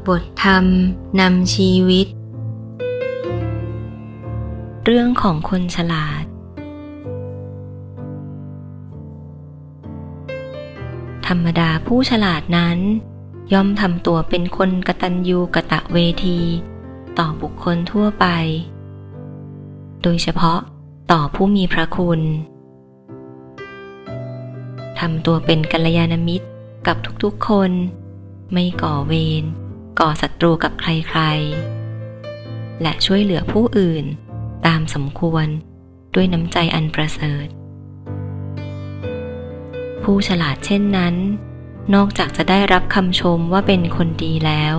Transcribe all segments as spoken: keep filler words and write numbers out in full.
บทธรรมนำชีวิตเรื่องของคนฉลาดธรรมดาผู้ฉลาดนั้นย่อมทำตัวเป็นคนกตัญญูกตเวทีต่อบุคคลทั่วไปโดยเฉพาะต่อผู้มีพระคุณทำตัวเป็นกัลยาณมิตรกับทุกๆคนไม่ก่อเวรก่อศัตรูกับใครๆและช่วยเหลือผู้อื่นตามสมควรด้วยน้ำใจอันประเสริฐผู้ฉลาดเช่นนั้นนอกจากจะได้รับคำชมว่าเป็นคนดีแล้ว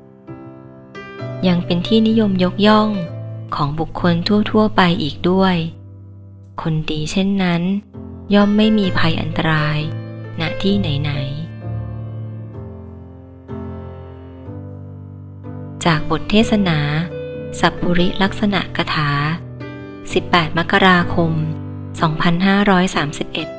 ยังเป็นที่นิยมยกย่องของบุคคลทั่วๆไปอีกด้วยคนดีเช่นนั้นย่อมไม่มีภัยอันตรายณที่ไหนๆจากบทเทศนาสัพพุริลักษณะกถาสิบแปดมกราคมสองพันห้าร้อยสามสิบเอ็ด